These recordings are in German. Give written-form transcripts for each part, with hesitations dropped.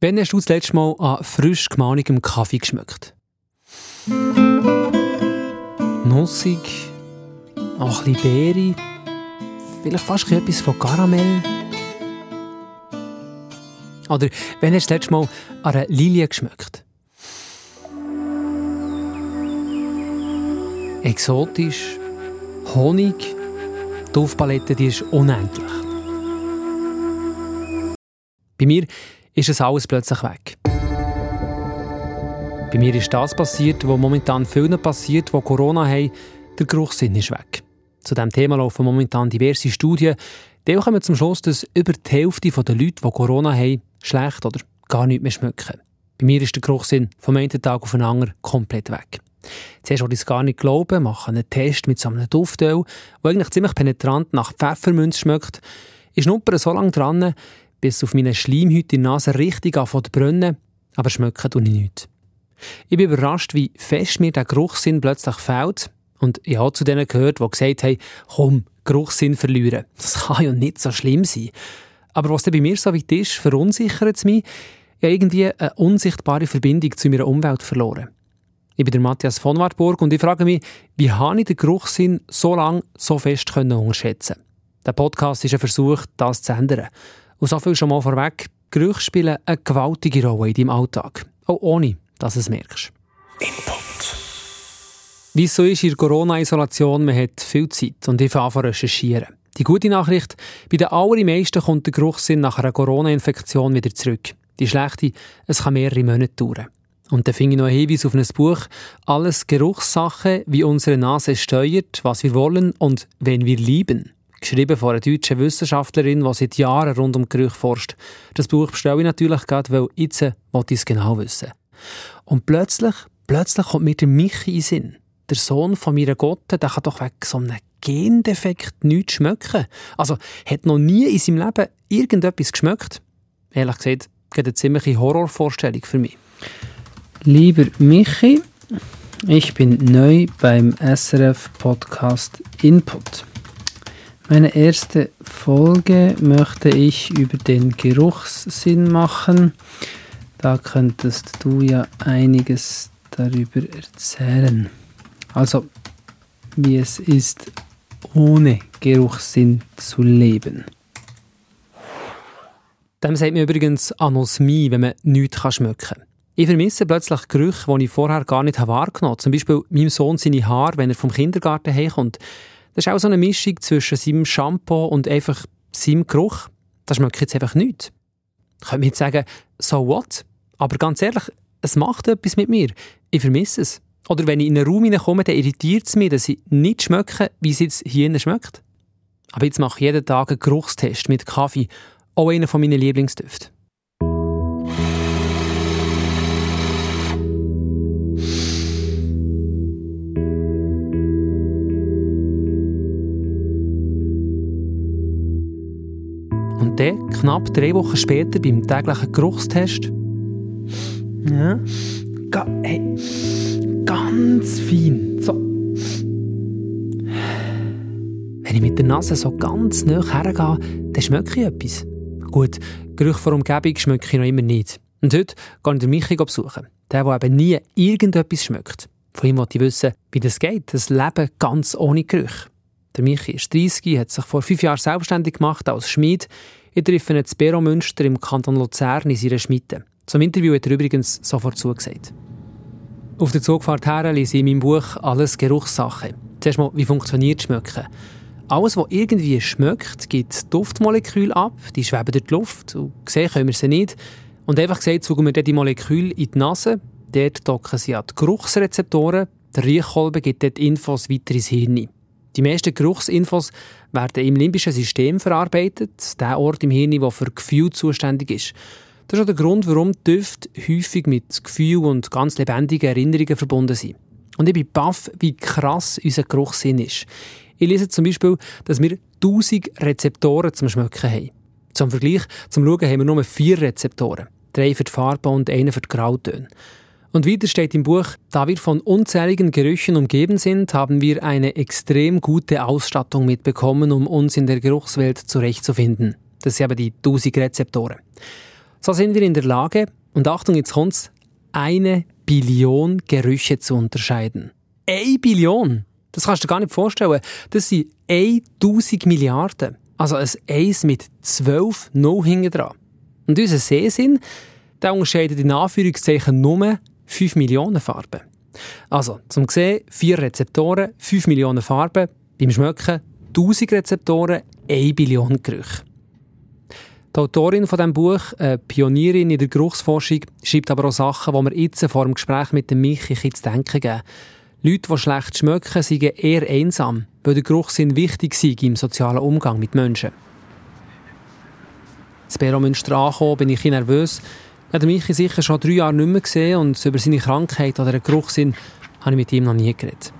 Wann hast du das letzte Mal an frisch gemahlenem Kaffee geschmeckt? Nussig, auch ein bisschen Beere, vielleicht fast etwas von Karamell. Oder wann hast du das letzte Mal an einer Lilie geschmeckt? Exotisch, Honig, die Duftpalette, die ist unendlich. Bei mir ist es alles plötzlich weg. Bei mir ist das passiert, was momentan vielen passiert, die Corona haben. Der Geruchssinn ist weg. Zu diesem Thema laufen momentan diverse Studien. Die kommen zum Schluss, dass über die Hälfte der Leute, die Corona haben, schlecht oder gar nichts mehr schmecken. Bei mir ist der Geruchssinn vom einen Tag auf den anderen komplett weg. Zuerst wollte ich es gar nicht glauben, mache einen Test mit so einem Duftöl, der eigentlich ziemlich penetrant nach Pfefferminz schmeckt. Ich schnuppere so lange dran, bis auf meine Schleimhäute in der Nase richtig anfängt zu brennen, aber schmecken tue ich nichts. Ich bin überrascht, wie fest mir der Geruchssinn plötzlich fehlt. Und ich habe zu denen gehört, die gesagt haben, komm, Geruchssinn verlieren. Das kann ja nicht so schlimm sein. Aber was bei mir so weit ist, verunsichert es mich. Ich habe irgendwie eine unsichtbare Verbindung zu meiner Umwelt verloren. Ich bin der Matthias von Wartburg und ich frage mich, wie habe ich den Geruchssinn so lange so fest unterschätzen können? Der Podcast ist ein Versuch, das zu ändern. Und so viel schon mal vorweg, Gerüche spielen eine gewaltige Rolle in deinem Alltag. Auch ohne, dass du es merkst. Input. Wie es so ist in der Corona-Isolation, man hat viel Zeit und ich fange an zu recherchieren. Die gute Nachricht, bei den allermeisten kommt der Geruchssinn nach einer Corona-Infektion wieder zurück. Die schlechte, es kann mehrere Monate dauern. Und dann finde ich noch einen Hinweis auf ein Buch. Alles Geruchssachen, wie unsere Nase steuert, was wir wollen und wen wir lieben. Geschrieben von einer deutschen Wissenschaftlerin, die seit Jahren rund um Gerüche forscht. Das Buch bestelle ich natürlich gerade, weil jetzt wollte ich es genau wissen. Und plötzlich kommt mir der Michi in den Sinn. Der Sohn von meiner Gotte, der kann doch wegen so einem Gendefekt nichts schmecken. Also, hat noch nie in seinem Leben irgendetwas geschmeckt. Ehrlich gesagt, das ist eine ziemliche Horrorvorstellung für mich. Lieber Michi, ich bin neu beim SRF-Podcast Input. Meine erste Folge möchte ich über den Geruchssinn machen. Da könntest du ja einiges darüber erzählen. Also, wie es ist, ohne Geruchssinn zu leben. Dem sagt man übrigens Anosmie, wenn man nichts schmecken kann. Ich vermisse plötzlich Gerüche, die ich vorher gar nicht wahrgenommen habe. Zum Beispiel meinem Sohn seine Haare, wenn er vom Kindergarten heimkommt. Das ist auch so eine Mischung zwischen seinem Shampoo und einfach seinem Geruch. Das schmeckt jetzt einfach nichts. Ich könnte mir jetzt sagen, so what? Aber ganz ehrlich, es macht etwas mit mir. Ich vermisse es. Oder wenn ich in einen Raum hineinkomme, dann irritiert es mich, dass ich nicht schmecke, wie es jetzt hier schmeckt. Aber jetzt mache ich jeden Tag einen Geruchstest mit Kaffee. Auch einer von meinen Lieblingsdüften. Und dann, knapp 3 Wochen später, beim täglichen Geruchstest. Ja, hey, ganz fein. So. Wenn ich mit der Nase so ganz nahe hergehe, dann schmecke ich etwas. Gut, Gerüche vor Umgebung schmecke ich noch immer nicht. Und heute gehe ich den Michi besuchen. Der eben nie irgendetwas schmeckt. Von ihm wollte ich wissen, wie das geht, das Leben ganz ohne Gerüche. Der Michi ist 30, hat sich vor 5 Jahren selbstständig gemacht als Schmied. Ich treffe ihn in Beromünster im Kanton Luzern in seiner Schmiede. Zum Interview hat er übrigens sofort zugesagt. Auf der Zugfahrt her lese ich in meinem Buch «Alles Geruchssachen». Zuerst mal, wie funktioniert Schmecken? Alles, was irgendwie schmeckt, gibt Duftmoleküle ab, die schweben durch die Luft. Und sehen können wir sie nicht. Und einfach gesagt, saugen wir die Moleküle in die Nase. Dort docken sie an die Geruchsrezeptoren. Der Riechkolben gibt dort Infos weiter ins Hirn. Die meisten Geruchsinfos werden im limbischen System verarbeitet, der Ort im Hirn, der für Gefühl zuständig ist. Das ist auch der Grund, warum Düfte häufig mit Gefühlen und ganz lebendigen Erinnerungen verbunden sind. Und ich bin baff, wie krass unser Geruchssinn ist. Ich lese zum Beispiel, dass wir 1000 Rezeptoren zum Schmecken haben. Zum Vergleich, zum Schauen haben wir nur 4 Rezeptoren. 3 für die Farbe und 1 für die Grautöne. Und weiter steht im Buch, da wir von unzähligen Gerüchen umgeben sind, haben wir eine extrem gute Ausstattung mitbekommen, um uns in der Geruchswelt zurechtzufinden. Das sind eben die 1000 Rezeptoren. So sind wir in der Lage, und Achtung, jetzt kommt's, 1 Billion Gerüche zu unterscheiden. 1 Billion! Das kannst du dir gar nicht vorstellen. Das sind 1000 Milliarden. Also ein 1 mit 12 Null hinten dran. Und unser Sehsinn, der unterscheidet in Anführungszeichen nur 5 Millionen Farben. Also, zum Sehen 4 Rezeptoren, 5 Millionen Farben. Beim Schmecken 1000 Rezeptoren, 1 Billion Gerüche. Die Autorin von diesem Buch, eine Pionierin in der Geruchsforschung, schreibt aber auch Sachen, die mir jetzt vor dem Gespräch mit dem Michi zu denken geben. Leute, die schlecht schmecken, sind eher einsam, weil der Geruchssinn wichtig sei im sozialen Umgang mit Menschen. In Beromünster angekommen, bin ich nervös. Ich habe Michi sicher schon 3 Jahre nicht mehr gesehen und über seine Krankheit oder den Geruchssinn habe ich mit ihm noch nie geredet.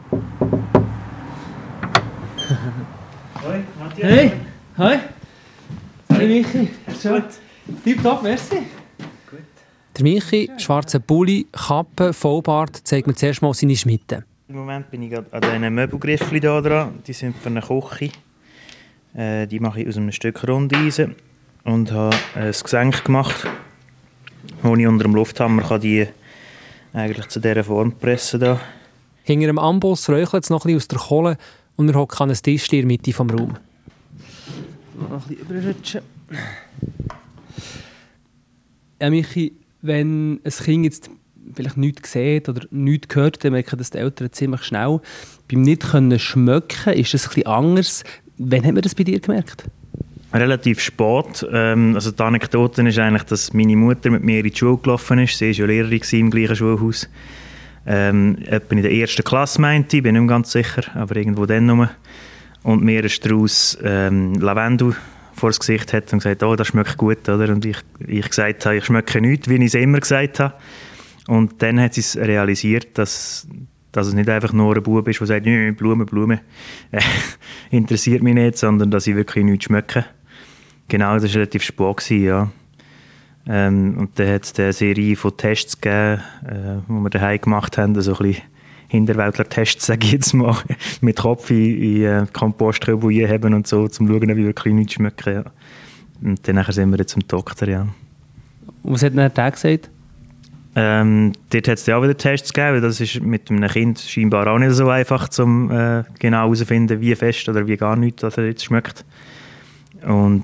Hoi, Matthias. Hey! Hi! Hallo Michi! Gut. Tipptopp, merci! Gut. Der Michi, schwarzer Pulli, Kappe, Vollbart, zeigt mir zuerst mal seine Schmitten. Im Moment bin ich gerade an diesen Möbelgriffchen hier dran. Die sind für eine Küche. Die mache ich aus einem Stück Rundeisen und habe ein Gesenk gemacht, wo ich unter dem Lufthammer kann die eigentlich zu dieser Form pressen kann. Hinter dem Amboss räuchelt es noch ein bisschen aus der Kohle und wir hocken an einem Tisch in der Mitte des Raums. Noch ein bisschen überrutschen. Ja, Michi, wenn ein Kind jetzt vielleicht nichts sieht oder nichts hört, dann merken das die Eltern ziemlich schnell. Beim nicht können schmecken ist es ein bisschen anders. Wann hat man das bei dir gemerkt? Relativ spät. Also die Anekdote ist eigentlich, dass meine Mutter mit mir in die Schule gelaufen ist. Sie war ja Lehrerin im gleichen Schulhaus. Etwa in der 1. Klasse meinte ich, bin nicht mehr ganz sicher, aber irgendwo dann rum. Und mir ist daraus Lavendel vor das Gesicht hat und gesagt, oh, das schmeckt gut, oder? Und ich gesagt habe, ich schmecke nichts, wie ich es immer gesagt habe. Und dann hat sie es realisiert, dass es nicht einfach nur ein Bub ist, der sagt, Blume, interessiert mich nicht, sondern dass ich wirklich nichts schmecke. Genau, das war relativ spät, ja. Und dann hat es eine Serie von Tests gegeben, die wir daheim gemacht haben, so ein bisschen Hinterwäldler-Tests, sage ich jetzt mal, mit Kopf in Kompostkübel haben und so, um zu schauen, ob ich wirklich nichts schmecke. Ja. Und dann sind wir jetzt zum Doktor, ja. Und was hat der gesagt? Dort hat es auch wieder Tests gegeben, weil das ist mit einem Kind scheinbar auch nicht so einfach, um genau herauszufinden, wie fest oder wie gar nichts das jetzt schmeckt. Und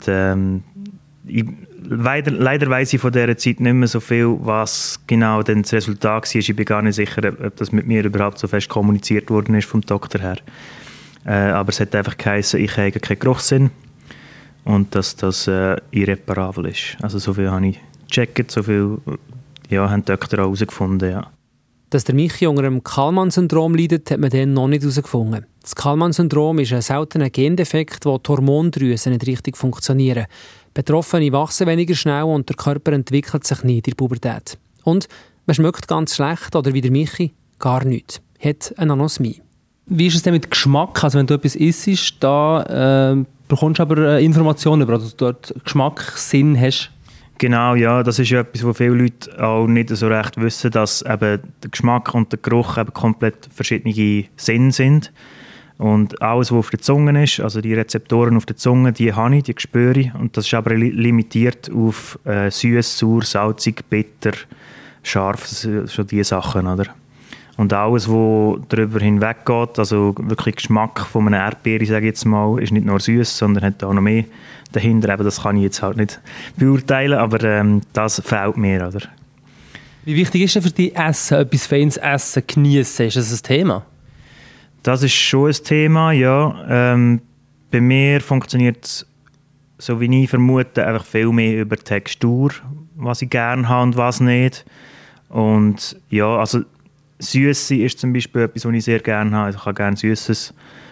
leider weiss ich von dieser Zeit nicht mehr so viel, was genau dann das Resultat war. Ich bin gar nicht sicher, ob das mit mir überhaupt so fest kommuniziert worden ist vom Doktor her. Aber es hat einfach geheißen, ich habe keinen Geruchssinn und dass das irreparabel ist. Also so viel habe ich gecheckt, so viel haben die Doktor auch herausgefunden, ja. Dass der Michi unter dem Kallmann-Syndrom leidet, hat man dann noch nicht herausgefunden. Das Kallmann-Syndrom ist ein seltener Gendefekt, wo die Hormondrüsen nicht richtig funktionieren. Betroffene wachsen weniger schnell und der Körper entwickelt sich nicht in der Pubertät. Und man schmeckt ganz schlecht oder wie der Michi gar nichts. Hat eine Anosmie. Wie ist es denn mit Geschmack? Also wenn du etwas isst, da bekommst du aber Informationen über, dass du dort Geschmackssinn hast. Genau, ja, das ist ja etwas, wo viele Leute auch nicht so recht wissen, dass eben der Geschmack und der Geruch eben komplett verschiedene Sinne sind. Und alles, was auf der Zunge ist, also die Rezeptoren auf der Zunge, die habe ich, die spüre ich. Und das ist aber limitiert auf süß, sauer, salzig, bitter, scharf, das sind schon diese Sachen, oder? Und alles, was darüber hinweggeht, also wirklich Geschmack von einer Erdbeere, sage ich jetzt mal, ist nicht nur süß, sondern hat auch noch mehr dahinter. Eben, das kann ich jetzt halt nicht beurteilen, aber das fehlt mir, oder? Wie wichtig ist denn für dich Essen, etwas feines Essen, geniessen? Ist das ein Thema? Das ist schon ein Thema, ja. Bei mir funktioniert es, so wie ich vermute, einfach viel mehr über Textur, was ich gerne habe und was nicht. Und ja, also Süße ist zum Beispiel etwas, was ich sehr gerne habe. Also ich habe gerne Süßes.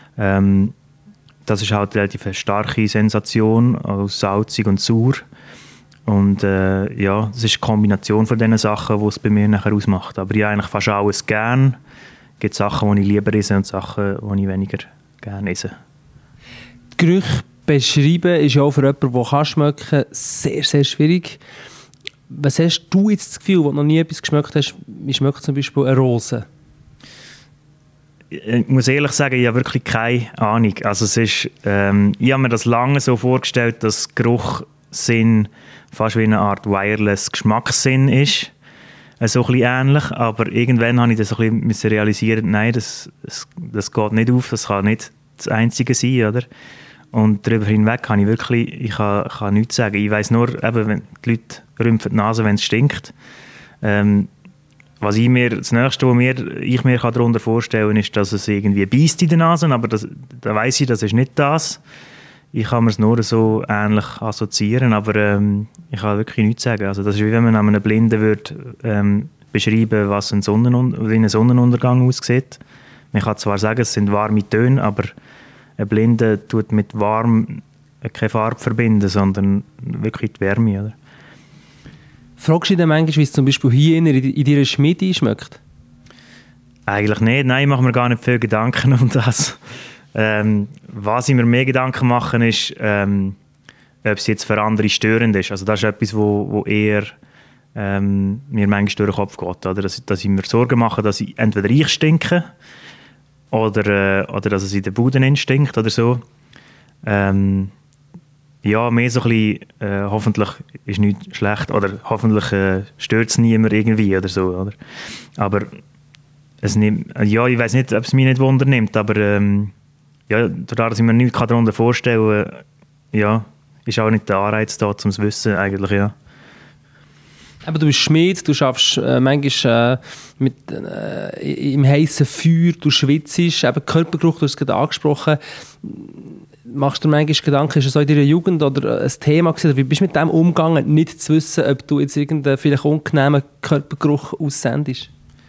Das ist halt relativ eine starke Sensation, also salzig und sauer. Und ja, das ist eine Kombination von diesen Sachen, die es bei mir nachher ausmacht. Aber ich habe eigentlich fast alles gerne. Es gibt Sachen, die ich lieber esse und Sachen, die ich weniger gerne esse. Die Gerüche beschreiben ist ja auch für jemanden, der schmecken kann, sehr, sehr schwierig. Was hast du jetzt das Gefühl, wenn du noch nie etwas geschmeckt hast, wie schmeckt zum Beispiel eine Rose? Ich muss ehrlich sagen, ich habe wirklich keine Ahnung. Also es ist, ich habe mir das lange so vorgestellt, dass Geruch Sinn fast wie eine Art Wireless-Geschmackssinn ist. So ein bisschen ähnlich, aber irgendwann habe ich das so ein bisschen realisieren, nein, das geht nicht auf, das kann nicht das Einzige sein, oder? Und darüber hinweg kann ich wirklich, ich kann nichts sagen. Ich weiss nur, eben, wenn die Leute rümpfen die Nase, wenn es stinkt. Das Nächste, was ich mir darunter vorstellen kann, ist, dass es irgendwie beisst in der Nase, aber da weiss ich, das ist nicht das. Ich kann mir es nur so ähnlich assoziieren, aber ich kann wirklich nichts sagen. Also das ist wie wenn man einem Blinden würde, beschreiben, was wie ein Sonnenuntergang aussieht. Man kann zwar sagen, es sind warme Töne, aber ein Blinder tut mit warm keine Farbe verbinden, sondern wirklich die Wärme. Oder? Fragst du dich manchmal, wie es zum Beispiel hier in deiner Schmiede schmeckt? Eigentlich nicht. Nein, ich mache mir gar nicht viel Gedanken um das. Was ich mir mehr Gedanken mache, ist, ob es jetzt für andere störend ist. Also das ist etwas, wo eher mir manchmal durch den Kopf geht. Oder? Dass ich mir Sorgen mache, dass entweder ich stinke oder dass es in der Bude stinkt oder so. Ja, mehr so ein bisschen, hoffentlich ist nichts schlecht oder hoffentlich stört es niemand irgendwie oder so. Oder? Aber ich weiss nicht, ob es mich nicht Wunder nimmt, aber ja, dadurch, dass ich mir nichts darunter vorstellen kann, ja, ist auch nicht der Anreiz da, um es zu wissen, eigentlich, ja. Aber du bist Schmied, du schaffst manchmal im heißen Feuer, du schwitzt, eben Körpergeruch, du hast es gerade angesprochen. Machst du dir manchmal Gedanken, ist es auch in deiner Jugend oder ein Thema gewesen, wie bist du mit dem umgegangen, nicht zu wissen, ob du jetzt irgendeinen vielleicht unangenehmen Körpergeruch aussendest?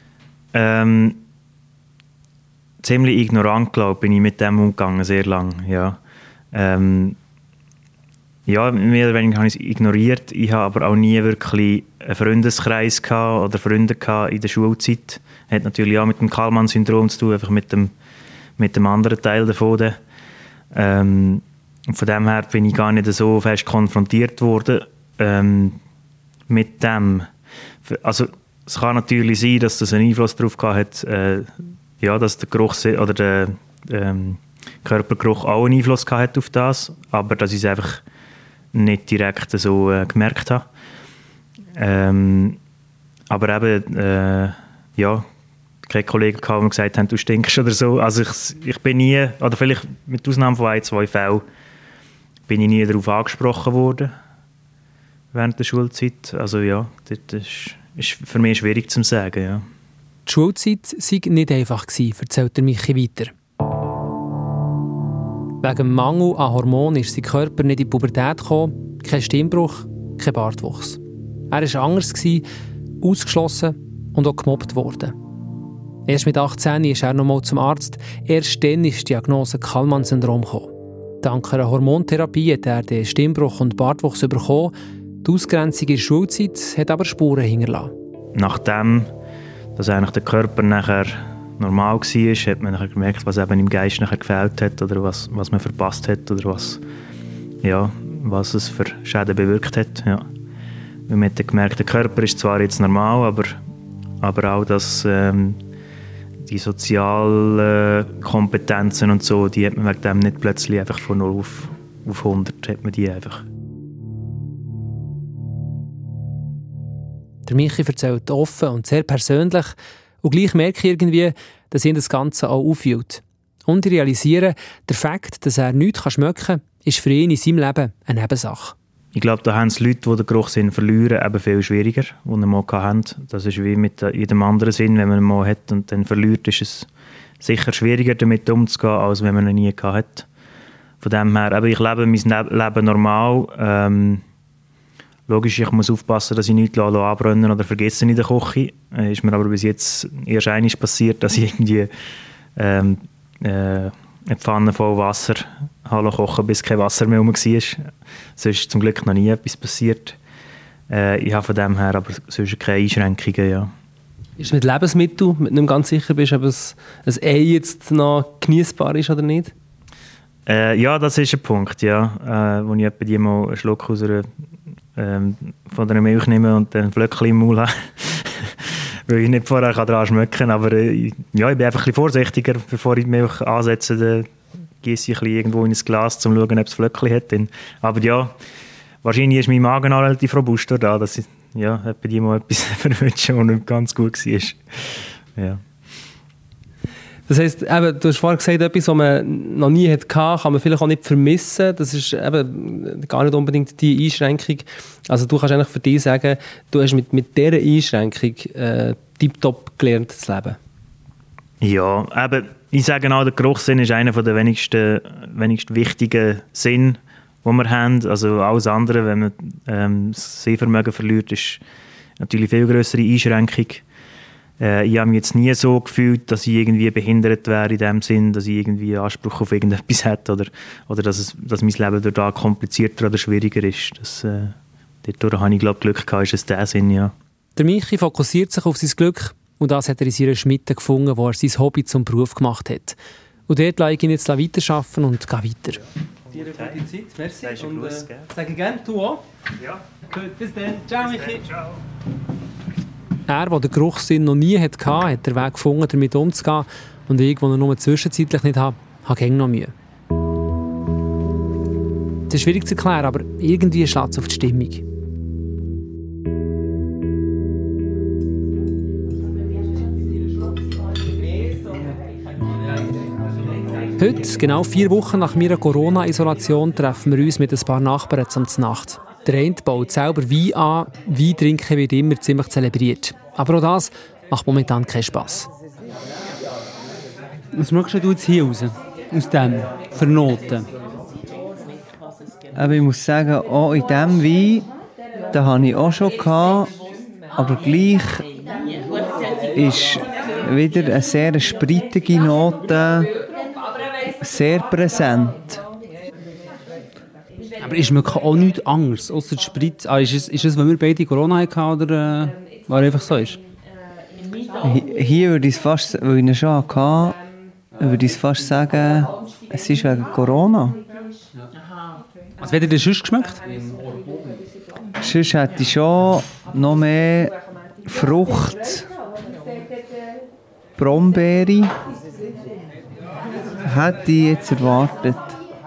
Ziemlich ignorant, glaube ich, bin ich mit dem umgegangen, sehr lang, ja. Ja, mehr oder weniger habe ich es ignoriert. Ich habe aber auch nie wirklich einen Freundeskreis gehabt oder Freunde gehabt in der Schulzeit. Hat natürlich auch mit dem Kallmann-Syndrom zu tun, einfach mit dem anderen Teil davon. Von dem her bin ich gar nicht so fest konfrontiert worden mit dem. Also es kann natürlich sein, dass das einen Einfluss darauf gehabt hat, ja, dass der Geruch oder der Körpergeruch auch einen Einfluss gehabt hat auf das, aber dass ich es einfach nicht direkt so gemerkt habe. Aber eben, ja, keine Kollegen gehabt, die gesagt haben, du stinkst oder so. Also ich bin nie, oder vielleicht mit Ausnahme von 1-2 Fällen, bin ich nie darauf angesprochen worden während der Schulzeit. Also ja, das ist für mich schwierig zu sagen, ja. Die Schulzeit sei nicht einfach gewesen, erzählt Michi weiter. Wegen dem Mangel an Hormonen ist sein Körper nicht in die Pubertät gekommen, kein Stimmbruch, kein Bartwuchs. Er war anders, ausgeschlossen und auch gemobbt worden. Erst mit 18 ist er nochmal zum Arzt. Erst dann ist die Diagnose Kallmann-Syndrom gekommen. Dank einer Hormontherapie hat er den Stimmbruch und Bartwuchs bekommen. Die Ausgrenzung in der Schulzeit hat aber Spuren hinterlassen. Nachdem dass eigentlich der Körper nachher normal war, hat man nachher gemerkt, was eben im Geist nachher gefehlt hat oder was man verpasst hat oder was es für Schäden bewirkt hat. Ja. Man hat dann gemerkt, der Körper ist zwar jetzt normal, aber auch, dass die sozialen Kompetenzen und so, die hat man wegen dem nicht plötzlich einfach von 0 auf 100, hat man die einfach. Der Michi erzählt offen und sehr persönlich und gleich merke ich irgendwie, dass ihn das Ganze auch auffühlt. Und ich realisiere, der Fakt, dass er nichts schmecken kann, ist für ihn in seinem Leben eine Nebensache. Ich glaube, da haben es Leute, die den Geruchssinn verlieren, eben viel schwieriger, die ihn mal hatten. Das ist wie mit jedem anderen Sinn, wenn man ihn mal hat und dann verliert, ist es sicher schwieriger, damit umzugehen, als wenn man ihn nie hat. Von dem her, ich lebe mein Leben normal. Logisch, ich muss aufpassen, dass ich nichts anbrennen oder vergessen in der Küche. Ist mir aber bis jetzt erst einmal passiert, dass ich irgendwie eine Pfanne voll Wasser kochen, bis kein Wasser mehr rum war. Sonst ist zum Glück noch nie etwas passiert. Ich habe von dem her aber sonst keine Einschränkungen. Ja. Ist es mit Lebensmitteln, wenn du nicht ganz sicher bist, ob ein Ei jetzt noch genießbar ist oder nicht? Ja, das ist ein Punkt, ja. Wo ich etwa mal einen Schluck aus von der Milch nehme und dann Flöckchen im Maul habe. Weil ich nicht vorher daran schmecken kann. Aber ja, ich bin einfach ein bisschen vorsichtiger, bevor ich die Milch ansetze. Dann gieße ich ein bisschen irgendwo in ein Glas, um zu schauen, ob es Flöckchen hat. Aber ja, wahrscheinlich ist mein Magen auch relativ robust da, dass ich etwa die mal etwas verwünsche, was nicht ganz gut war. Ja. Das heisst, eben, du hast vorhin gesagt, etwas, was man noch nie hatte, kann man vielleicht auch nicht vermissen. Das ist eben gar nicht unbedingt die Einschränkung. Also du kannst eigentlich für dich sagen, du hast mit dieser Einschränkung tiptop gelernt zu leben. Ja, aber ich sage auch, der Geruchssinn ist einer der wenigsten wichtigen Sinne, die wir haben. Also alles andere, wenn man das Sehvermögen verliert, ist natürlich eine viel grössere Einschränkung. Ich habe mich jetzt nie so gefühlt, dass ich irgendwie behindert wäre in dem Sinn, dass ich irgendwie Anspruch auf irgendetwas hätte oder dass mein Leben durch da komplizierter oder schwieriger ist. Dadurch habe ich, glaube ich, Glück gehabt, ist es der Sinn, ja. Der Michi fokussiert sich auf sein Glück und das hat er in seiner Schmiede gefunden, wo er sein Hobby zum Beruf gemacht hat. Und dort lasse ich ihn jetzt weiterarbeiten und gehe weiter. Dir eine gute Zeit, merci. Und sage ich gerne, du auch? Ja. Gut, bis dann. Ciao, Michi. Ciao. Er, der den Geruchssinn noch nie hatte, hat den Weg gefunden, damit umzugehen. Und ich, der ihn nur zwischenzeitlich nicht habe gerne noch Mühe. Das ist schwierig zu erklären, aber irgendwie schlägt es auf die Stimmung. Heute, genau 4 Wochen nach meiner Corona-Isolation, treffen wir uns mit ein paar Nachbarn zum Znacht. Der eine baut selber Wein an. Wein trinken wird immer ziemlich zelebriert. Aber auch das macht momentan keinen Spass. Was möchtest du jetzt hier raus? Aus dem? Für Noten? Aber ich muss sagen, auch in diesem Wein, da habe ich auch schon gehabt, aber gleich ist wieder eine sehr spritige Note, sehr präsent. Aber ist mir auch nichts anderes, außer die Sprit. Ist es, wenn wir beide Corona hatten, oder war einfach so ist? Hier würde ich es fast, weil ich ihn schon hatte, würde ich es fast sagen, es ist wegen Corona. Was hat dir denn sonst geschmeckt? Sonst hätte ich schon noch mehr Frucht, Brombeere. Hätte ich jetzt erwartet.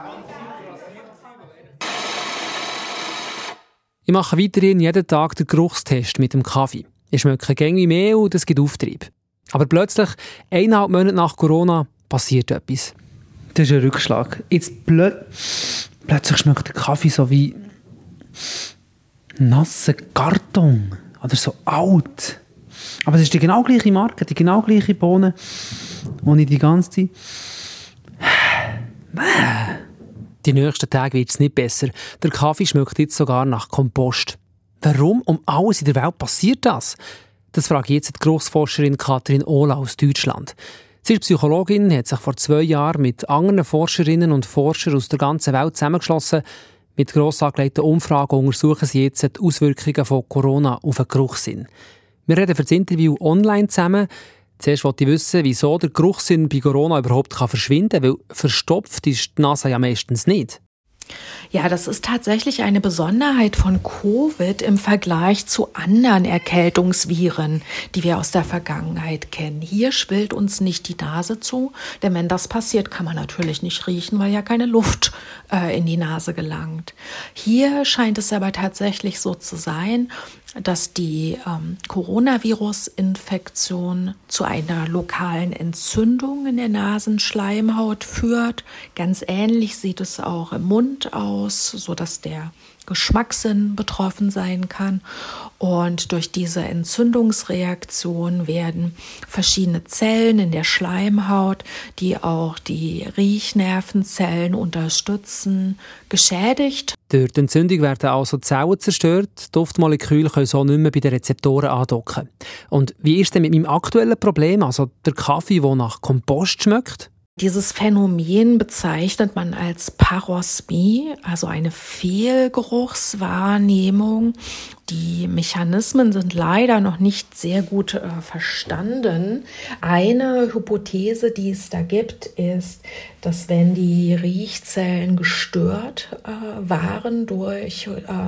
Ich mache weiterhin jeden Tag den Geruchstest mit dem Kaffee. Ich schmecke gängig mehr und es gibt Auftrieb. Aber plötzlich, 1,5 Monate nach Corona, passiert etwas. Das ist ein Rückschlag. Jetzt plötzlich schmeckt der Kaffee so wie nasser Karton. Oder so alt. Aber es ist die genau gleiche Marke, die genau gleiche Bohne, die ich die ganze Zeit... Die nächsten Tage wird es nicht besser. Der Kaffee schmeckt jetzt sogar nach Kompost. Warum um alles in der Welt passiert das? Das frage ich jetzt die Geruchsforscherin Katrin Ohla aus Deutschland. Sie ist Psychologin, hat sich vor 2 Jahren mit anderen Forscherinnen und Forschern aus der ganzen Welt zusammengeschlossen. Mit gross angelegten Umfragen untersuchen sie jetzt die Auswirkungen von Corona auf den Geruchssinn. Wir reden für das Interview online zusammen. Zuerst wollte ich wissen, wieso der Geruchssinn bei Corona überhaupt verschwinden kann, weil verstopft ist die Nase ja meistens nicht. Ja, das ist tatsächlich eine Besonderheit von Covid im Vergleich zu anderen Erkältungsviren, die wir aus der Vergangenheit kennen. Hier schwillt uns nicht die Nase zu, denn wenn das passiert, kann man natürlich nicht riechen, weil ja keine Luft in die Nase gelangt. Hier scheint es aber tatsächlich so zu sein, dass die Coronavirus-Infektion zu einer lokalen Entzündung in der Nasenschleimhaut führt. Ganz ähnlich sieht es auch im Mund aus, sodass der Geschmackssinn betroffen sein kann. Und durch diese Entzündungsreaktion werden verschiedene Zellen in der Schleimhaut, die auch die Riechnervenzellen unterstützen, geschädigt. Durch die Entzündung werden also Zellen zerstört, die Duftmoleküle können so nicht mehr bei den Rezeptoren andocken. Und wie ist es denn mit meinem aktuellen Problem, also der Kaffee, der nach Kompost schmeckt? Dieses Phänomen bezeichnet man als Parosmie, also eine Fehlgeruchswahrnehmung. Die Mechanismen sind leider noch nicht sehr gut verstanden. Eine Hypothese, die es da gibt, ist, dass wenn die Riechzellen gestört waren durch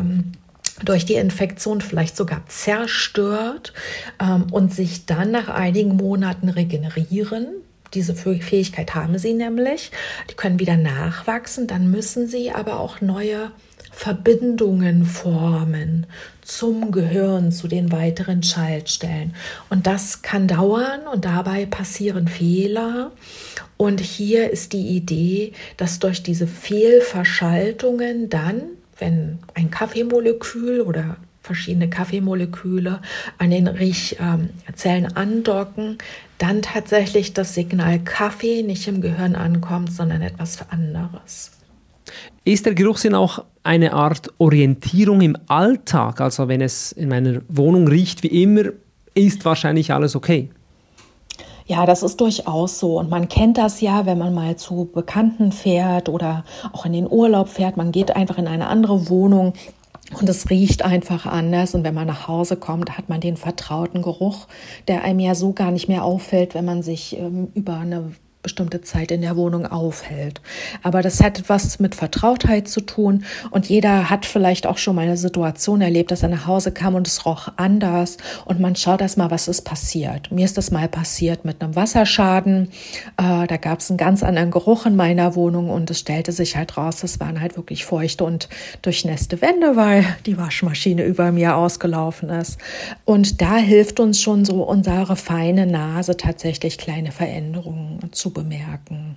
die Infektion, vielleicht sogar zerstört und sich dann nach einigen Monaten regenerieren. Diese Fähigkeit haben sie nämlich. Die können wieder nachwachsen. Dann müssen sie aber auch neue Verbindungen formen zum Gehirn, zu den weiteren Schaltstellen. Und das kann dauern und dabei passieren Fehler. Und hier ist die Idee, dass durch diese Fehlverschaltungen dann, wenn ein Kaffeemolekül oder verschiedene Kaffeemoleküle an den Riechzellen andocken, dann tatsächlich das Signal Kaffee nicht im Gehirn ankommt, sondern etwas anderes. Ist der Geruchssinn auch eine Art Orientierung im Alltag? Also wenn es in meiner Wohnung riecht wie immer, ist wahrscheinlich alles okay? Ja, das ist durchaus so. Und man kennt das ja, wenn man mal zu Bekannten fährt oder auch in den Urlaub fährt. Man geht einfach in eine andere Wohnung und es riecht einfach anders. Und wenn man nach Hause kommt, hat man den vertrauten Geruch, der einem ja so gar nicht mehr auffällt, wenn man sich über eine bestimmte Zeit in der Wohnung aufhält. Aber das hat etwas mit Vertrautheit zu tun und jeder hat vielleicht auch schon mal eine Situation erlebt, dass er nach Hause kam und es roch anders und man schaut erst mal, was ist passiert. Mir ist das mal passiert mit einem Wasserschaden. Da gab es einen ganz anderen Geruch in meiner Wohnung und es stellte sich halt raus, es waren halt wirklich feuchte und durchnässte Wände, weil die Waschmaschine über mir ausgelaufen ist. Und da hilft uns schon so unsere feine Nase tatsächlich kleine Veränderungen zu bemerken.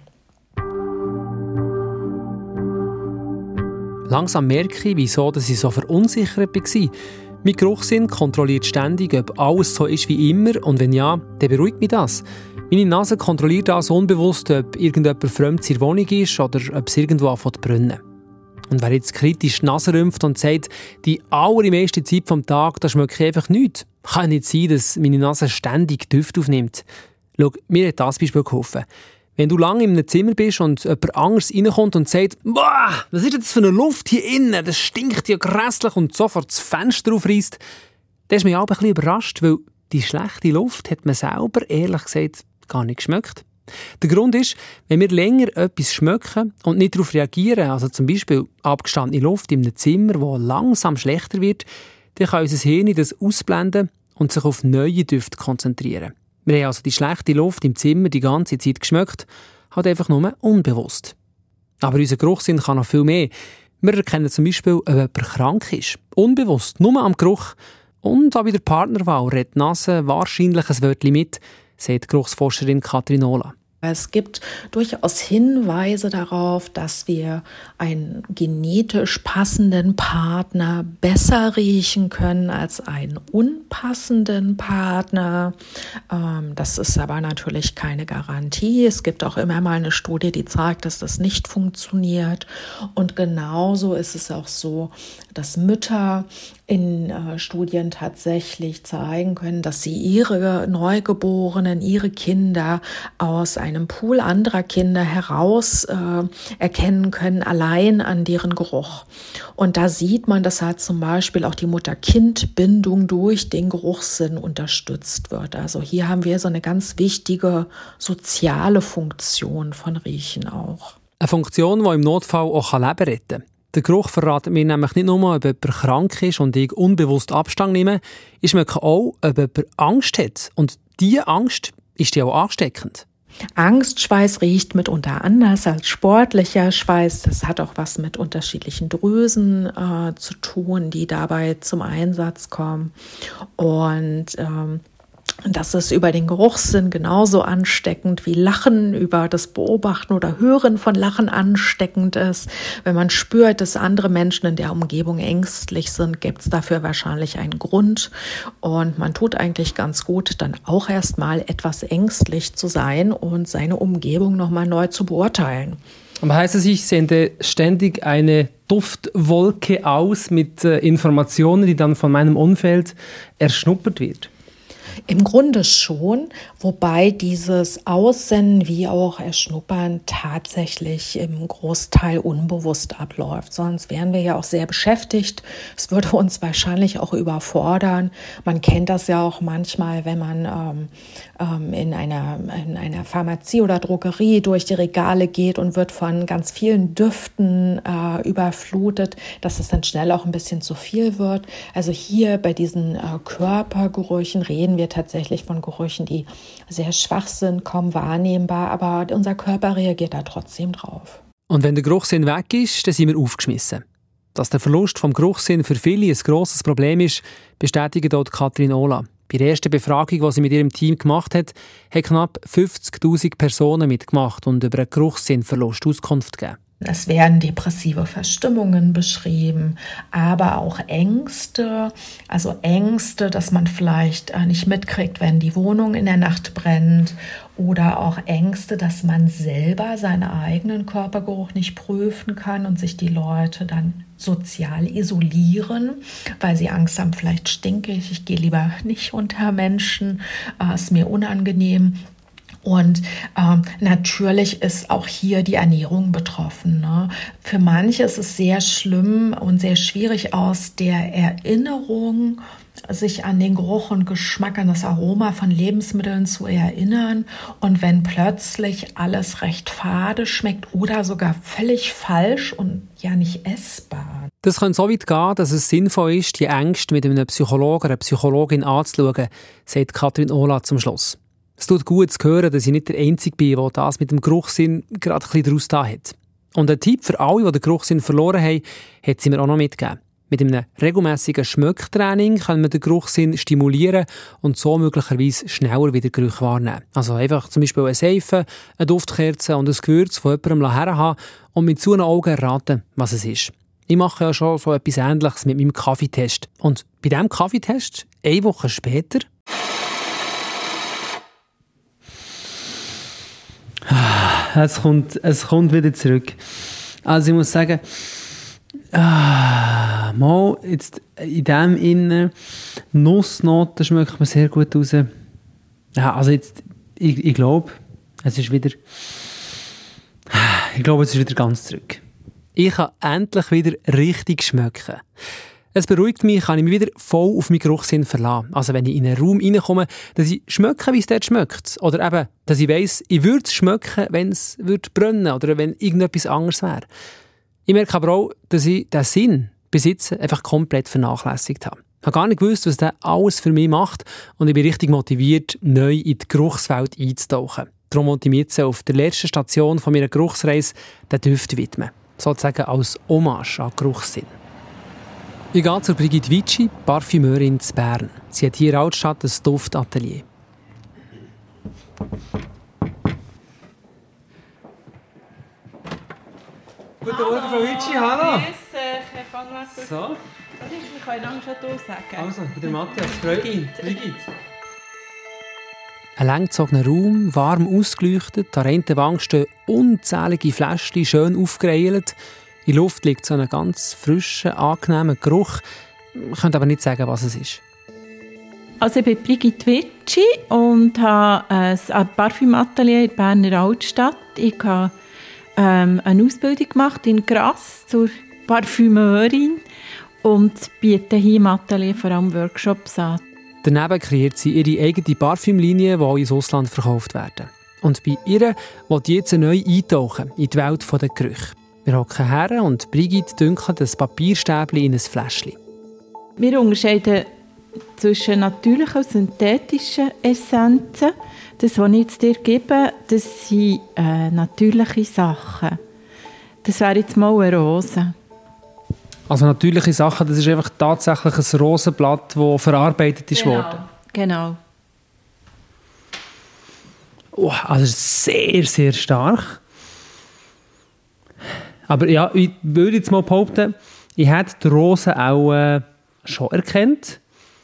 Langsam merke ich, wieso ich so verunsichert war. Mein Geruchssinn kontrolliert ständig, ob alles so ist wie immer und wenn ja, dann beruhigt mich das. Meine Nase kontrolliert also unbewusst, ob irgendjemand fremd in der Wohnung ist oder ob es irgendwo anfängt zu brennen. Und wer jetzt kritisch die Nase rümpft und sagt, die allermeiste Zeit vom Tag, da schmecke ich einfach nichts, kann nicht sein, dass meine Nase ständig Düfte aufnimmt. Schau, mir hat das Beispiel geholfen. Wenn du lange in einem Zimmer bist und jemand anderes reinkommt und sagt, «Boah, was ist das für eine Luft hier innen? Das stinkt ja grässlich» und sofort das Fenster aufreisst, dann ist mich auch ein bisschen überrascht, weil die schlechte Luft hat man selber, ehrlich gesagt, gar nicht geschmeckt. Der Grund ist, wenn wir länger etwas schmecken und nicht darauf reagieren, also zum Beispiel abgestandene Luft in einem Zimmer, das langsam schlechter wird, dann kann unser Hirn das ausblenden und sich auf neue Düfte konzentrieren. Wir haben also die schlechte Luft im Zimmer die ganze Zeit geschmeckt, halt einfach nur unbewusst. Aber unser Geruchssinn kann noch viel mehr. Wir erkennen zum Beispiel, ob jemand krank ist. Unbewusst, nur am Geruch. Und auch bei der Partnerwahl redet die Nase wahrscheinlich ein Wörtchen mit, sagt Geruchsforscherin Katrin Ohler. Es gibt durchaus Hinweise darauf, dass wir einen genetisch passenden Partner besser riechen können als einen unpassenden Partner. Das ist aber natürlich keine Garantie. Es gibt auch immer mal eine Studie, die zeigt, dass das nicht funktioniert. Und genauso ist es auch so, dass Mütter in Studien tatsächlich zeigen können, dass sie ihre Neugeborenen, ihre Kinder aus einem Pool anderer Kinder heraus erkennen können, allein an deren Geruch. Und da sieht man, dass halt zum Beispiel auch die Mutter-Kind-Bindung durch den Geruchssinn unterstützt wird. Also hier haben wir so eine ganz wichtige soziale Funktion von Riechen auch. Eine Funktion, die im Notfall auch Leben retten kann. Der Geruch verratet mir nämlich nicht nur, ob jemand krank ist und ich unbewusst Abstand nehme, ich merke auch, ob jemand Angst hat. Und diese Angst ist ja auch ansteckend. Angstschweiß riecht mitunter anders als sportlicher Schweiß. Das hat auch was mit unterschiedlichen Drüsen zu tun, die dabei zum Einsatz kommen. Und das ist über den Geruchssinn genauso ansteckend wie Lachen, über das Beobachten oder Hören von Lachen ansteckend ist. Wenn man spürt, dass andere Menschen in der Umgebung ängstlich sind, gibt es dafür wahrscheinlich einen Grund. Und man tut eigentlich ganz gut, dann auch erstmal etwas ängstlich zu sein und seine Umgebung nochmal neu zu beurteilen. Aber heisst es, ich sende ständig eine Duftwolke aus mit Informationen, die dann von meinem Umfeld erschnuppert wird? Im Grunde schon, wobei dieses Aussenden wie auch Erschnuppern tatsächlich im Großteil unbewusst abläuft. Sonst wären wir ja auch sehr beschäftigt. Es würde uns wahrscheinlich auch überfordern. Man kennt das ja auch manchmal, wenn man in einer Pharmazie oder Drogerie durch die Regale geht und wird von ganz vielen Düften überflutet, dass es dann schnell auch ein bisschen zu viel wird. Also hier bei diesen Körpergerüchen reden wir tatsächlich von Gerüchen, die sehr schwach sind, kaum wahrnehmbar, aber unser Körper reagiert da trotzdem drauf. Und wenn der Geruchssinn weg ist, dann sind wir aufgeschmissen. Dass der Verlust vom Geruchssinn für viele ein grosses Problem ist, bestätigt dort Katrin Ola. Bei der ersten Befragung, die sie mit ihrem Team gemacht hat, haben knapp 50'000 Personen mitgemacht und über einen Geruchssinnverlust Auskunft gegeben. Es werden depressive Verstimmungen beschrieben, aber auch Ängste, also Ängste, dass man vielleicht nicht mitkriegt, wenn die Wohnung in der Nacht brennt, oder auch Ängste, dass man selber seinen eigenen Körpergeruch nicht prüfen kann und sich die Leute dann sozial isolieren, weil sie Angst haben, vielleicht stinke ich gehe lieber nicht unter Menschen, ist mir unangenehm. Und natürlich ist auch hier die Ernährung betroffen. Ne? Für manche ist es sehr schlimm und sehr schwierig, aus der Erinnerung sich an den Geruch und Geschmack, an das Aroma von Lebensmitteln zu erinnern. Und wenn plötzlich alles recht fade schmeckt oder sogar völlig falsch und ja nicht essbar. Das kann so weit gehen, dass es sinnvoll ist, die Ängste mit einem Psychologen oder einer Psychologin anzuschauen, sagt Katrin Ola zum Schluss. Es tut gut zu hören, dass ich nicht der Einzige bin, der das mit dem Geruchssinn gerade ein bisschen daraus da hat. Und ein Tipp für alle, die den Geruchssinn verloren haben, hat sie mir auch noch mitgegeben. Mit einem regelmässigen Schmecktraining kann man den Geruchssinn stimulieren und so möglicherweise schneller wieder Gerüche wahrnehmen. Also einfach zum Beispiel eine Seife, eine Duftkerze und ein Gewürz von jemandem herhaben und mit zu Augen erraten, was es ist. Ich mache ja schon so etwas Ähnliches mit meinem Kaffeetest. Und bei diesem Kaffeetest, eine Woche später, es kommt wieder zurück. Also ich muss sagen, mal jetzt in dem Innen Nussnoten schmeckt man sehr gut raus. Ja, also jetzt, ich glaube, es ist wieder ganz zurück. Ich kann endlich wieder richtig schmecken. Es beruhigt mich, kann ich mich wieder voll auf meinen Geruchssinn verlassen. Also wenn ich in einen Raum reinkomme, dass ich schmecke, wie es dort schmeckt. Oder eben, dass ich weiss, ich würde es schmecken, wenn es brennen würde oder wenn irgendetwas anderes wäre. Ich merke aber auch, dass ich diesen Sinn bis jetzt einfach komplett vernachlässigt habe. Ich habe gar nicht gewusst, was der alles für mich macht und ich bin richtig motiviert, neu in die Geruchswelt einzutauchen. Darum wollte ich mich jetzt auf der letzten Station von meiner Geruchsreise den Düften widmen. Sozusagen als Hommage an Geruchssinn. Ich gehe zu Brigitte Vici, Parfümeurin in Bern. Sie hat hier in Altstadt ein Duftatelier. Guten Morgen, Frau Vici, hallo! Grüß Herr von Wacker. So, Wir können lang schon durchsagen. also, der Matthias, Brigitte. Ein langgezogener Raum, warm ausgeleuchtet, an einer Wand stehen unzählige Fläschchen, schön aufgereiht. In der Luft liegt so ein ganz frischer, angenehmer Geruch. Ich könnte aber nicht sagen, was es ist. Also ich bin Brigitte Vici und habe ein Parfümatelier in der Berner Altstadt. Ich habe eine Ausbildung gemacht in Grasse zur Parfümeurin und biete hier im Atelier vor allem Workshops an. Daneben kreiert sie ihre eigene Parfümlinie, die auch ins Ausland verkauft werden. Und bei ihr will sie jetzt neu eintauchen in die Welt der Gerüche. Wir hocken her und Brigitte dünkelt das Papierstäbchen in ein Fläschchen. Wir unterscheiden zwischen natürlichen und synthetischen Essenzen. Das, was ich jetzt dir gebe, das sind natürliche Sachen. Das wäre jetzt mal eine Rose. Also natürliche Sachen, das ist einfach tatsächlich ein Rosenblatt, das verarbeitet ist worden. Genau. Oh, also sehr, sehr stark. Aber ja, ich würde jetzt mal behaupten, ich hätte die Rose auch schon erkannt.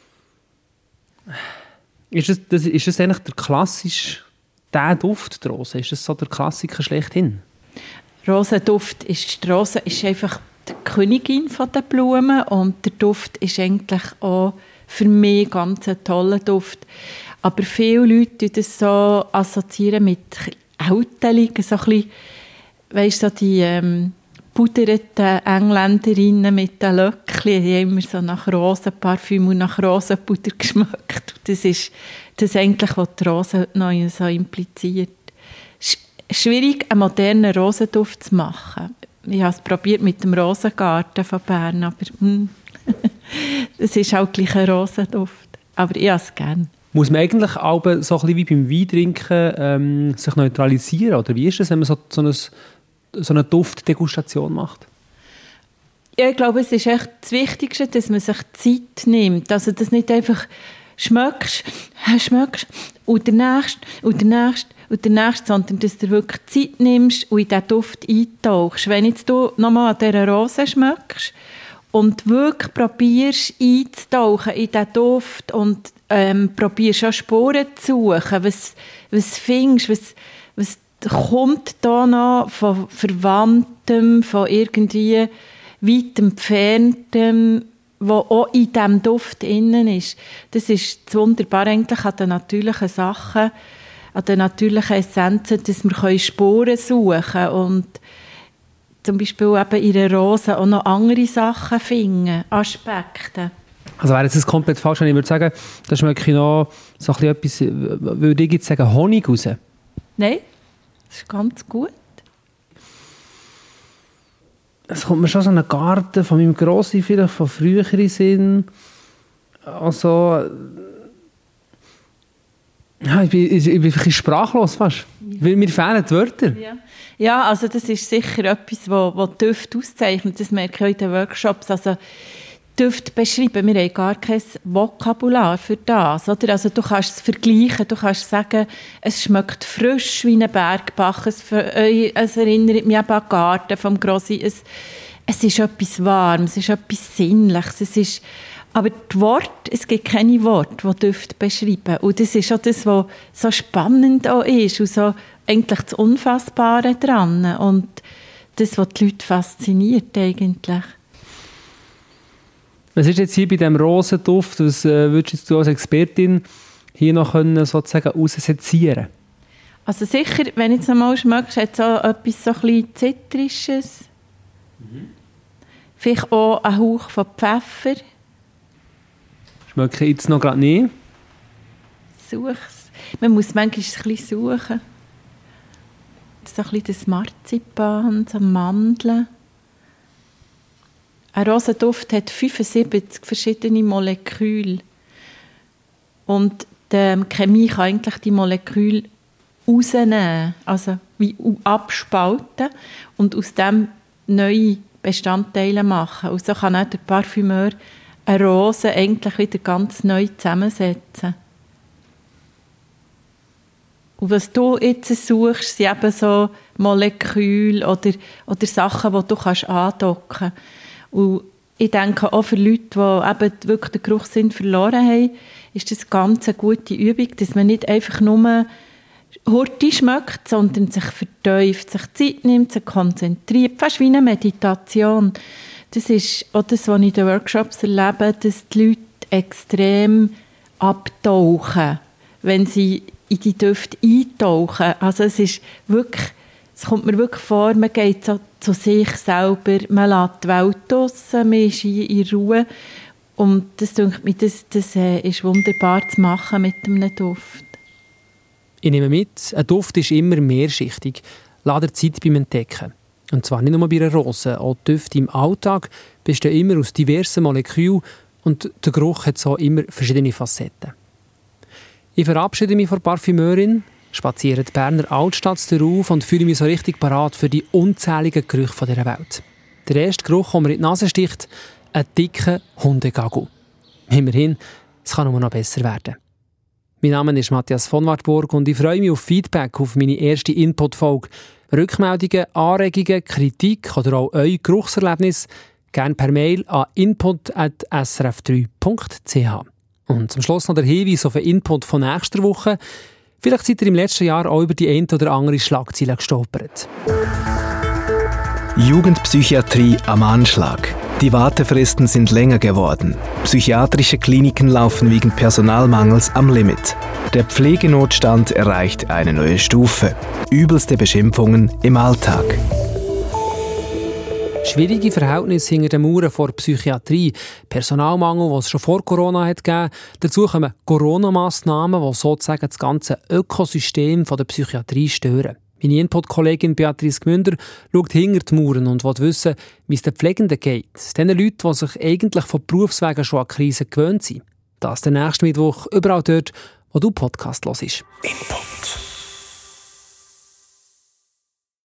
Ist das eigentlich der klassische Duft, die Rose? Ist das so der Klassiker schlechthin? Rosenduft ist, die Rose ist einfach die Königin der Blumen und der Duft ist eigentlich auch für mich ganz ein toller Duft. Aber viele Leute assoziieren das so assoziieren mit Älteligen, so ein bisschen, weißt du, so die puderten Engländerinnen mit den Löckchen, die haben immer so nach Rosenparfüm und nach Rosenpuder geschmeckt. Das ist das eigentlich, was die Rose noch so impliziert. Schwierig, einen modernen Rosenduft zu machen. Ich habe es probiert mit dem Rosengarten von Bern, aber es ist auch gleich ein Rosenduft. Aber ich habe es gerne. Muss man eigentlich auch so ein bisschen wie beim Weintrinken sich neutralisieren? Oder wie ist es, wenn man so eine Duftdegustation macht? Ja, ich glaube, es ist echt das Wichtigste, dass man sich Zeit nimmt. Also, dass nicht einfach schmeckst und der nächste, sondern dass du wirklich Zeit nimmst und in diesen Duft eintauchst. Wenn jetzt du nochmal an dieser Rose schmeckst und wirklich probierst einzutauchen in diesen Duft und probierst auch Spuren zu suchen, was findest, was kommt da noch von Verwandtem, von irgendwie weit entferntem, wo auch in diesem Duft innen ist. Das ist das Wunderbare eigentlich an den natürlichen Sachen, an den natürlichen Essenzen, dass wir Spuren suchen können und zum Beispiel eben in der Rose auch noch andere Sachen finden, Aspekte. Also wäre jetzt komplett falsch, wenn ich würde sagen, da schmecke ich noch so etwas, würde ich jetzt sagen, Honig raus? Nein, das ist ganz gut. Es kommt mir schon so ein Garten von meinem Grossi, vielleicht von früheren Sinn. Also, ja, ich bin ein bisschen sprachlos fast, weil mir fehlen die Wörter. Ja, also das ist sicher etwas, was Düfte auszeichnet. Das merke ich in den Workshops. Also Düfte beschreiben, wir haben gar kein Vokabular für das. Oder? Also du kannst es vergleichen, du kannst sagen, es schmeckt frisch wie ein Bergbach, es erinnert mich an den Garten vom Grossi. Es ist etwas Warmes, es ist etwas Sinnliches. Aber die Worte, es gibt keine Worte, die Düfte beschreiben. Und das ist auch das, was so spannend auch ist und so eigentlich das Unfassbare dran. Und das, was die Leute fasziniert eigentlich. Was ist jetzt hier bei diesem Rosenduft, was würdest du als Expertin hier noch können, sozusagen raussezieren? Also sicher, wenn du jetzt einmal schmeckst, hat es auch etwas so ein bisschen Zitrisches. Vielleicht auch ein Hauch von Pfeffer. Schmecke ich jetzt noch gerade nicht. Such's. Man muss manchmal ein bisschen suchen. So ein bisschen das Marzipan, so Mandeln. Ein Rosenduft hat 75 verschiedene Moleküle. Und die Chemie kann eigentlich die Moleküle rausnehmen, also wie abspalten und aus dem neue Bestandteile machen. Und so kann auch der Parfümeur eine Rose eigentlich wieder ganz neu zusammensetzen. Und was du jetzt suchst, sind eben so Moleküle oder Sachen, die du andocken kannst. Und ich denke, auch für Leute, die eben wirklich den Geruchssinn verloren haben, ist das ganz eine gute Übung, dass man nicht einfach nur hurtig schmeckt, sondern sich vertieft, sich Zeit nimmt, sich konzentriert, fast wie eine Meditation. Das ist auch das, was ich in den Workshops erlebe, dass die Leute extrem abtauchen, wenn sie in die Düfte eintauchen. Also es kommt mir wirklich vor, man geht so zu sich selber, man lässt die Welt draussen, man ist hier in Ruhe. Und das denke ich, das ist wunderbar zu machen mit einem Duft. Ich nehme mit, ein Duft ist immer mehrschichtig. Lass dir Zeit beim Entdecken. Und zwar nicht nur bei einer Rose. Auch die Düfte im Alltag bestehen immer aus diversen Molekülen und der Geruch hat so immer verschiedene Facetten. Ich verabschiede mich von der Parfümeurin, spaziere die Berner Altstadt auf und fühle mich so richtig parat für die unzähligen Gerüche dieser Welt. Der erste Geruch, der mir in die Nase sticht, ein dicker Hundegagel. Immerhin, es kann nur noch besser werden. Mein Name ist Matthias von Wartburg und ich freue mich auf Feedback auf meine erste Input-Folge. Rückmeldungen, Anregungen, Kritik oder auch euer Geruchserlebnis gerne per Mail an input@srf3.ch. Und zum Schluss noch der Hinweis auf den Input von nächster Woche. Vielleicht seid ihr im letzten Jahr auch über die eine oder andere Schlagzeile gestolpert. Jugendpsychiatrie am Anschlag. Die Wartefristen sind länger geworden. Psychiatrische Kliniken laufen wegen Personalmangels am Limit. Der Pflegenotstand erreicht eine neue Stufe. Übelste Beschimpfungen im Alltag. Schwierige Verhältnisse hinter den Mauern vor der Psychiatrie, Personalmangel, den es schon vor Corona hat gegeben. Dazu kommen Corona-Massnahmen, die sozusagen das ganze Ökosystem der Psychiatrie stören. Meine Input-Kollegin Beatrice Gmünder schaut hinter die Mauern und will wissen, wie es den Pflegenden geht. Den Leuten, die sich eigentlich von Berufswegen schon an Krisen gewöhnt sind. Das den nächsten Mittwoch überall dort, wo du Podcast hörst. Input.